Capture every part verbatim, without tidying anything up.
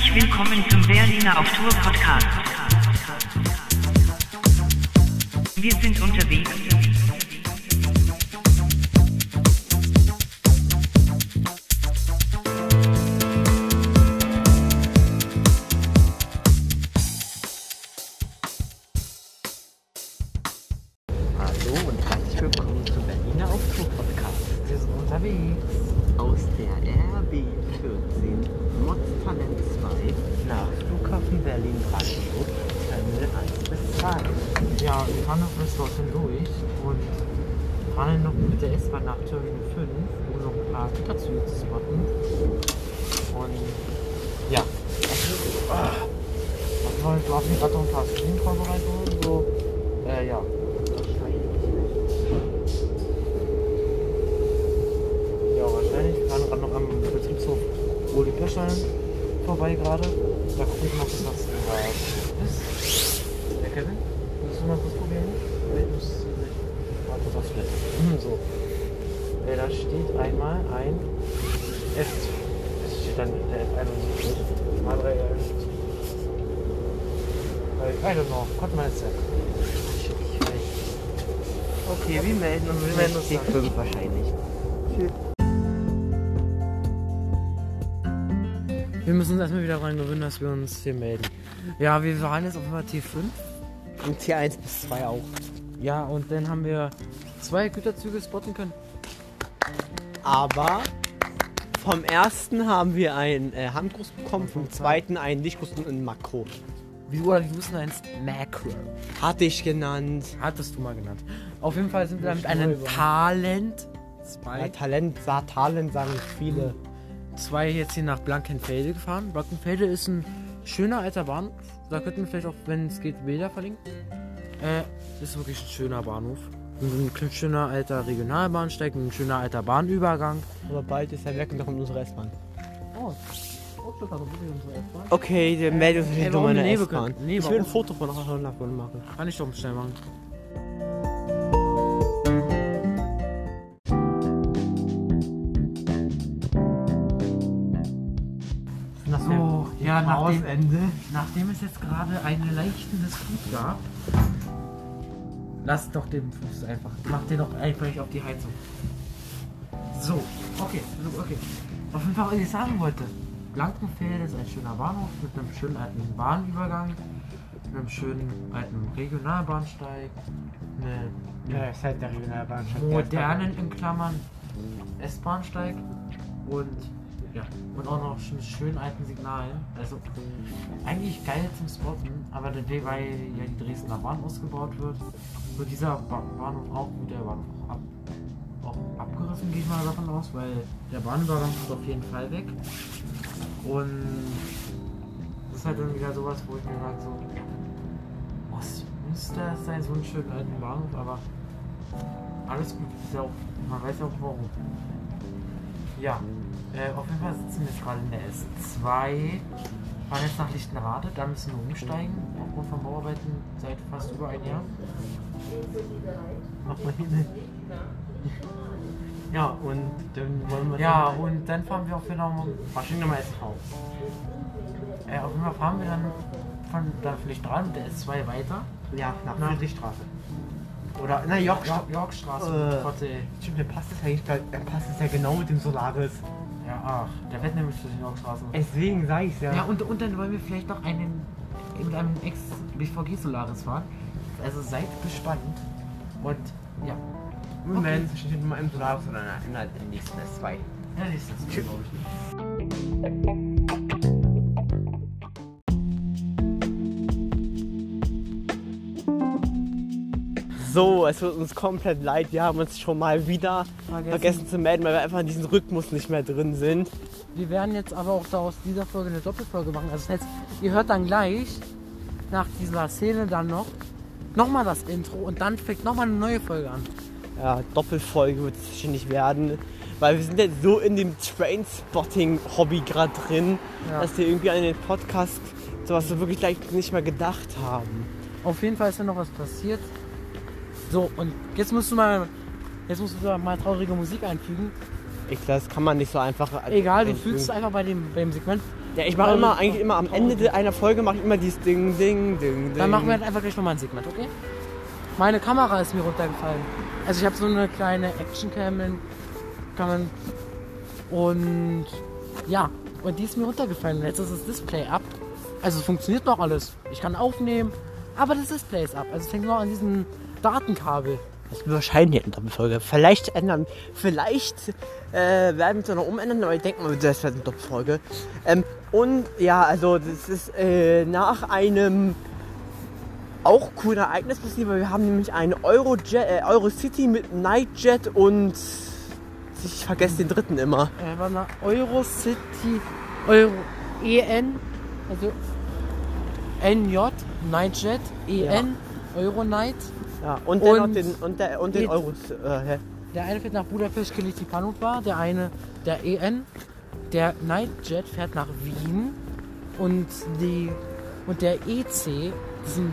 Herzlich willkommen zum Berliner auf Tour Podcast. Wir sind unterwegs. Hallo und herzlich willkommen zum Berliner auf Tour Podcast. Wir sind unterwegs aus der R B vierzehn Mods-Talent zwei nach Flughafen Berlin-Brandenburg, Terminal eins bis zwei. Ja, wir fahren noch bis dorthin durch und fahren noch mit der S-Bahn nach Terminal fünf, um noch ein paar Güterzüge zu spotten. Und ja, also, oh, du hast mir gerade noch ein paar Stream-Vorbereitungen, so, äh, ja. Ja, wahrscheinlich. Wir fahren gerade noch am Betriebshof Uli Peschlein vorbei gerade. Da gucke ich mal, was das da ist. Der Kevin? Willst du mal kurz probieren? Ich muss nicht. Warte, was wird? So. Äh, da steht einmal ein F. Es steht dann der F einundsiebzig. Mal drei L. I don't know. Konnte man jetzt sagen. Okay, wir melden uns Wir melden uns T dann. fünf wahrscheinlich. Tschüss. Wir müssen uns erstmal wieder daran gewöhnen, dass wir uns hier melden. Ja, wir waren jetzt auf einmal T fünf. Und T eins bis zwei auch. Ja, und dann haben wir zwei Güterzüge spotten können. Aber vom ersten haben wir einen äh, Handgruß bekommen, vom zweiten einen Lichtgruß und einen Makro. Wie oder wie du es nennst? Macro. Hatte ich genannt. Hattest du mal genannt. Auf jeden Fall sind wir da mit einem Talent Ja, zwei, Talent, sa Talent sagen viele. zwei jetzt hier nach Blankenfelde gefahren. Blankenfelde ist ein schöner alter Bahnhof. Da könnten wir vielleicht auch, wenn es geht, Bilder verlinken. Äh, ist wirklich ein schöner Bahnhof. Ein schöner alter Regionalbahnsteig, ein schöner alter Bahnübergang. Aber bald ist er weg und da kommt unsere S-Bahn. Oh, das war wirklich unsere S-Bahn. Okay, der meldet sich Ey, nicht warum um meine nee, wir S-Bahn. können- nee, Ich will ein warum? Foto von davon machen. Kann ich doch schnell machen. So, ja, nachdem, nachdem es jetzt gerade eine leichte Disput gab, lass doch den Fuß einfach, mach den doch einfach auf die Heizung. So, okay, so, okay. Auf jeden Fall, was ich sagen wollte, Blankenfelde ist ein schöner Bahnhof mit einem schönen alten Bahnübergang, mit einem schönen alten Regionalbahnsteig, eine Ja, ist halt der Regionalbahnsteig. modernen, in Klammern, S-Bahnsteig und ja, und auch noch einen schönen alten Signalen. Also eigentlich geil zum Spotten, aber der Day, weil ja die Dresdner Bahn ausgebaut wird, wird dieser ba Bahnhof auch, wird der Bahnhof auch, ab auch abgerissen, gehe ich mal davon aus, weil der Bahnübergang ist auf jeden Fall weg. Und das ist halt dann wieder sowas, wo ich mir sage, so, was müsste das sein, so einen schönen alten Bahnhof, aber alles gut, ist ja auch, man weiß ja auch warum. Ja, äh, auf jeden Fall sitzen wir jetzt gerade in der S zwei, fahren jetzt nach Lichtenrade, da müssen wir umsteigen, aufgrund von Bauarbeiten seit fast über ein Jahr. Mach mal hin. Ja, und dann wollen wir. Ja, und dann fahren wir auch wieder nach Maschinennummer S V. Äh, auf jeden Fall fahren wir dann von der Lichtenrade mit der S zwei weiter. Ja, nach Nach- Friedrichstraße. Oder, na, York, York, Yorkstraße, Äh. Gott, ey. Stimmt, der passt es eigentlich, der passt es ja genau mit dem Solaris. Ja, ach, der wird nämlich durch die Yorkstraße. Deswegen sag ich's ja. Ja, und, und dann wollen wir vielleicht noch einen mit einem Ex-B V G Solaris fahren. Also seid gespannt. Und ja. wir melden sich nicht mal im Solaris, sondern in der nächsten S zwei. Ja, nächstes Tschüss. glaube ich. So, es wird uns komplett leid. Wir haben uns schon mal wieder Vergessen. vergessen zu melden, weil wir einfach in diesem Rhythmus nicht mehr drin sind. Wir werden jetzt aber auch da aus dieser Folge eine Doppelfolge machen. Also das heißt, ihr hört dann gleich nach dieser Szene dann noch nochmal das Intro und dann fängt nochmal eine neue Folge an. Ja, Doppelfolge wird es wahrscheinlich werden, weil wir sind jetzt so in dem Trainspotting-Hobby gerade drin, Ja. dass wir irgendwie an den Podcast sowas so wirklich gleich nicht mehr gedacht haben. Auf jeden Fall ist ja noch was passiert. So, und jetzt musst du mal, jetzt musst du mal traurige Musik einfügen. Ich glaube, das kann man nicht so einfach. Egal, du einfügen. fügst einfach bei dem, beim Segment Ja, ich mache immer, eigentlich immer am Ende einer Folge mache ich immer dieses Ding, Ding, Ding, Ding. Dann machen wir halt einfach gleich nochmal ein Segment, okay? Meine Kamera ist mir runtergefallen. Also ich habe so eine kleine Actioncam, kann man und ja, und die ist mir runtergefallen. Und jetzt ist das Display ab. Also es funktioniert noch alles. Ich kann aufnehmen, aber das Display ist ab. Also es hängt noch an diesem Datenkabel. Das wird wahrscheinlich eine Doppelfolge. Vielleicht ändern, vielleicht äh, werden wir es noch umändern, aber ich denke mal, das wird eine Doppelfolge. Ähm, und ja, also das ist äh, nach einem auch coolen Ereignis passiert, weil wir haben nämlich einen Eurojet, äh, Eurocity mit Nightjet und ich vergesse den dritten immer. Äh, war eine Eurocity, Euro, E N, also N J, Nightjet, E N, ja. Euronight. Ja, und, und, und den, und, der, und den Euros. Äh, der eine fährt nach Budapest, Kiliti Panupa, der eine, der E N, der Nightjet fährt nach Wien und, die, und der E C, diesen,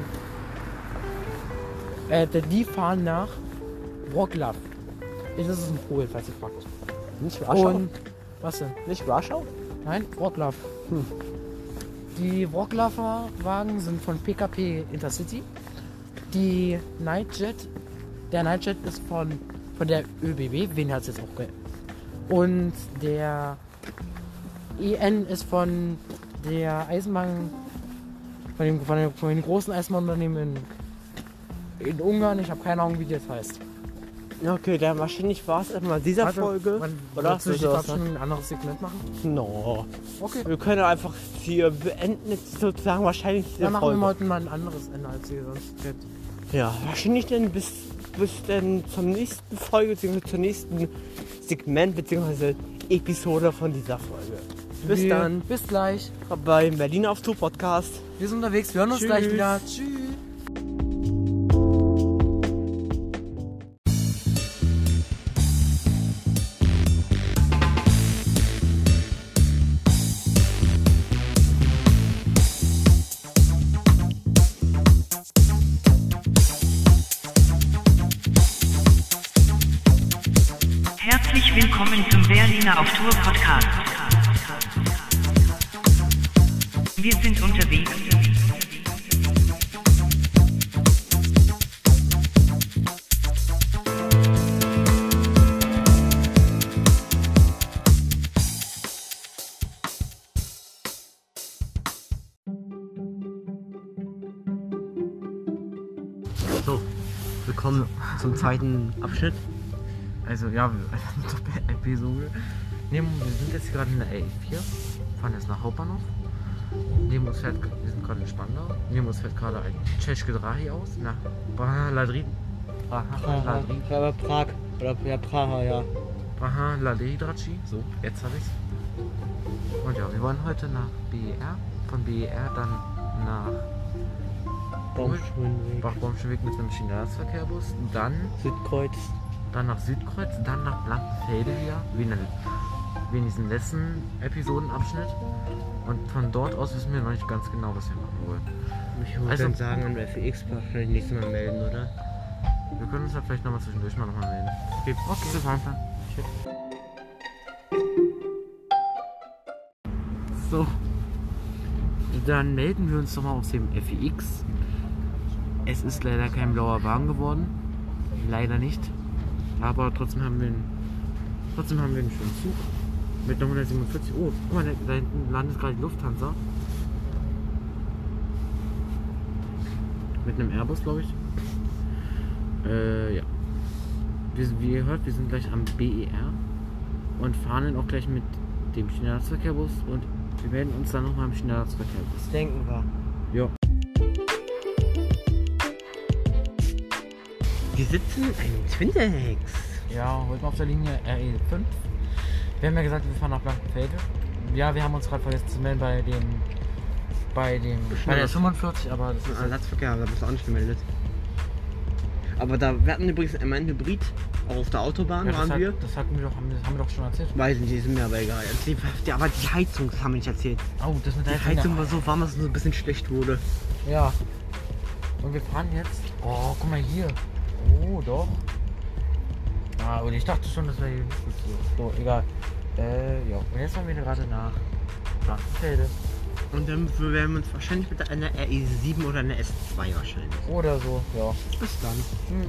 äh, die fahren nach Wroclaw. Das ist in Polen, falls ihr fragt. Nicht Warschau? Und, was denn? Nicht Warschau? Nein, Wroclaw. Hm. Die Wroclawer Wagen sind von P K P Intercity. Die Nightjet, der Nightjet ist von, von der ÖBB, wen hat es jetzt auch ge- Und der E N ist von der Eisenbahn, von dem, von dem, von dem großen Eisenbahnunternehmen in, in Ungarn. Ich habe keine Ahnung, wie das heißt. Okay, dann wahrscheinlich war es erstmal dieser Warte, Folge. wann, oder willst du nicht was, schon ein anderes Segment machen? No. Okay. Wir können einfach hier beenden jetzt sozusagen wahrscheinlich diese Dann machen Folge. wir heute mal ein anderes Ende, als ihr sonst kennt. Ja, wahrscheinlich dann bis, bis dann zur nächsten Folge, beziehungsweise zur nächsten Segment, beziehungsweise Episode von dieser Folge. Bis wir, dann. Bis gleich. Beim Berlin auf Tour Podcast. Wir sind unterwegs, wir hören uns Tschüss. gleich wieder. Tschüss. Herzlich willkommen zum Berliner auf Tour Podcast. Wir sind unterwegs. So, willkommen zum zweiten Abschnitt. Also ja, Episode. Wir sind jetzt gerade in der A E vier, fahren jetzt nach Hauptbahnhof. Neben uns fährt, wir sind gerade in Spandau. Neben uns fährt gerade ein Czeschke Drahi aus nach Praha Ladrid. Praha Ladrid. Praha, Prag. Oder ja, Praha, ja. Praha Ladridraci. So, jetzt habe ich's. Und ja, wir wollen heute nach B E R. Von B E R dann nach Baumschulenweg. Bach-Baumschulenweg mit einem Schienenverkehrbus. Dann Südkreuz. Dann nach Südkreuz, dann nach Blankenfelde wieder, wie in, wie in diesem letzten Episodenabschnitt. Und von dort aus wissen wir noch nicht ganz genau, was wir machen wollen. Ich würde Also- dann sagen, an der F X wahrscheinlich nächstes Mal melden, oder? Wir können uns ja vielleicht nochmal zwischendurch mal nochmal melden. Okay, okay. Bis einfach. So. Dann melden wir uns doch mal aus dem F I X. Es ist leider kein blauer Wagen geworden. Leider nicht. Aber trotzdem haben wir einen, trotzdem haben wir einen schönen Zug. Mit einer hundertsiebenundvierzig. Oh, guck mal, da hinten landet gerade die Lufthansa. Mit einem Airbus, glaube ich. Äh, ja. Wir, wie ihr hört, wir sind gleich am B E R und fahren dann auch gleich mit dem Schienenverkehrbus und wir melden uns dann nochmal im Schienenverkehrbus. Denken wir. Ja. Wir sitzen in einem Twintex. Ja, heute auf der Linie R E fünf. Wir haben ja gesagt, wir fahren nach Blankenfelde. Ja, wir haben uns gerade vergessen zu melden bei dem bei dem bei der fünfundvierzig, aber das ist Ersatzverkehr, da bist du auch nicht gemeldet. Aber da, wir hatten übrigens einmal einen Hybrid, auch auf der Autobahn ja, das waren hat, wir. Das hatten wir doch, haben, das haben wir doch schon erzählt. Weiß nicht, ist mir aber egal. Die, die, aber die Heizung, das haben wir nicht erzählt. Oh, das mit Die der Heizung war so warm, dass es so ein bisschen schlecht wurde. Ja. Und wir fahren jetzt. Oh, guck mal hier. Oh, doch. Ah, und ich dachte schon, das wäre hier nicht so. So, egal. Äh, ja. Und jetzt fahren wir gerade nach Langenfelde. Und dann werden wir uns wahrscheinlich mit einer R E sieben oder einer S zwei wahrscheinlich. Oder so, ja. Bis dann. Hm.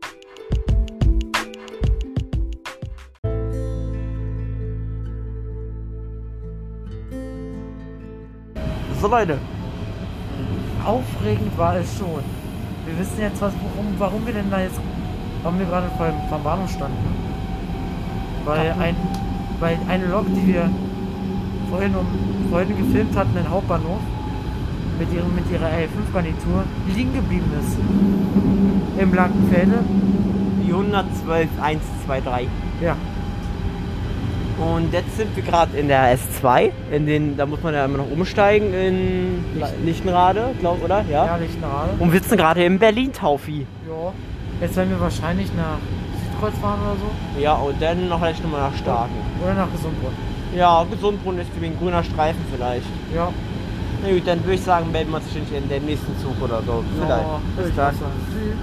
So Leute. Aufregend war es schon. Wir wissen jetzt, was, warum, warum wir denn da jetzt, warum wir gerade vor dem Bahnhof standen. Weil, ein, weil eine Lok, die wir vorhin, um, vorhin gefilmt hatten, den Hauptbahnhof, mit, ihrem, mit ihrer R E fünf Garnitur liegen geblieben ist. Im Blankenfelde. Die hundertzwölf eins zwei drei. Ja. Und jetzt sind wir gerade in der S zwei. In den, da muss man ja immer noch umsteigen in Lichtenrade, glaub, oder? Ja. Ja, Lichtenrade. Und wir sitzen gerade in Berlin-Taufi. Ja. Jetzt werden wir wahrscheinlich nach Südkreuz fahren oder so. Ja, und dann noch vielleicht nochmal nach Starken. Oder nach Gesundbrunn. Ja, Gesundbrunn ist wie ein grüner Streifen vielleicht. Ja. Na gut, dann würde ich sagen, melden wir uns wahrscheinlich in dem nächsten Zug oder so. Vielleicht. Ja, Bis ich dann. auch sagen. Tschüss.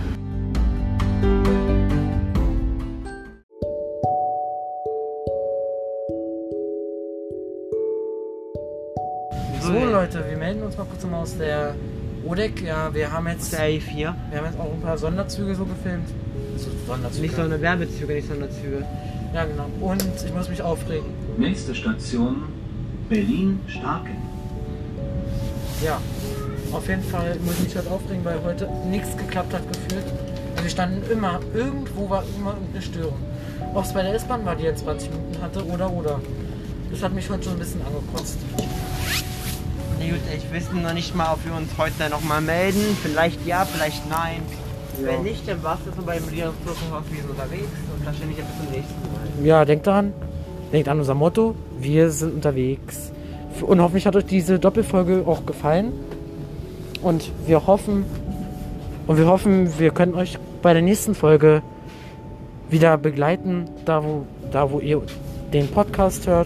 So Leute, wir melden uns mal kurz mal aus der O D E C. Ja, wir haben jetzt, Der E vier. wir haben jetzt auch ein paar Sonderzüge so gefilmt. So, Sonderzüge. Nicht so eine Werbezüge, nicht Sonderzüge. Ja genau. Und ich muss mich aufregen. Nächste Station Berlin-Starken. Ja, auf jeden Fall muss ich mich halt aufregen, weil heute nichts geklappt hat gefühlt. Also wir standen immer, irgendwo war immer irgendeine Störung. Ob es bei der S-Bahn war, die jetzt zwanzig Minuten hatte, oder oder. Das hat mich heute schon ein bisschen angekotzt. Na gut, ich weiß noch nicht mal, ob wir uns heute noch mal melden. Vielleicht ja, vielleicht nein. Ja. Wenn nicht, dann war es das so beim Regierungsflug auf wir sind unterwegs und wahrscheinlich ja bis zum nächsten Mal. Ja, denkt daran, denkt an unser Motto, wir sind unterwegs. Und hoffentlich hat euch diese Doppelfolge auch gefallen. Und wir hoffen, und wir hoffen, wir können euch bei der nächsten Folge wieder begleiten, da wo, da wo ihr den Podcast hört.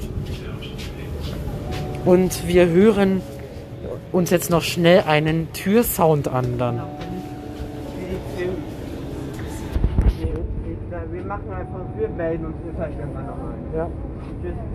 Und wir hören uns jetzt noch schnell einen Türsound an dann. Wir machen einfach, wir melden uns vielleicht irgendwann nochmal. Ja. Tschüss.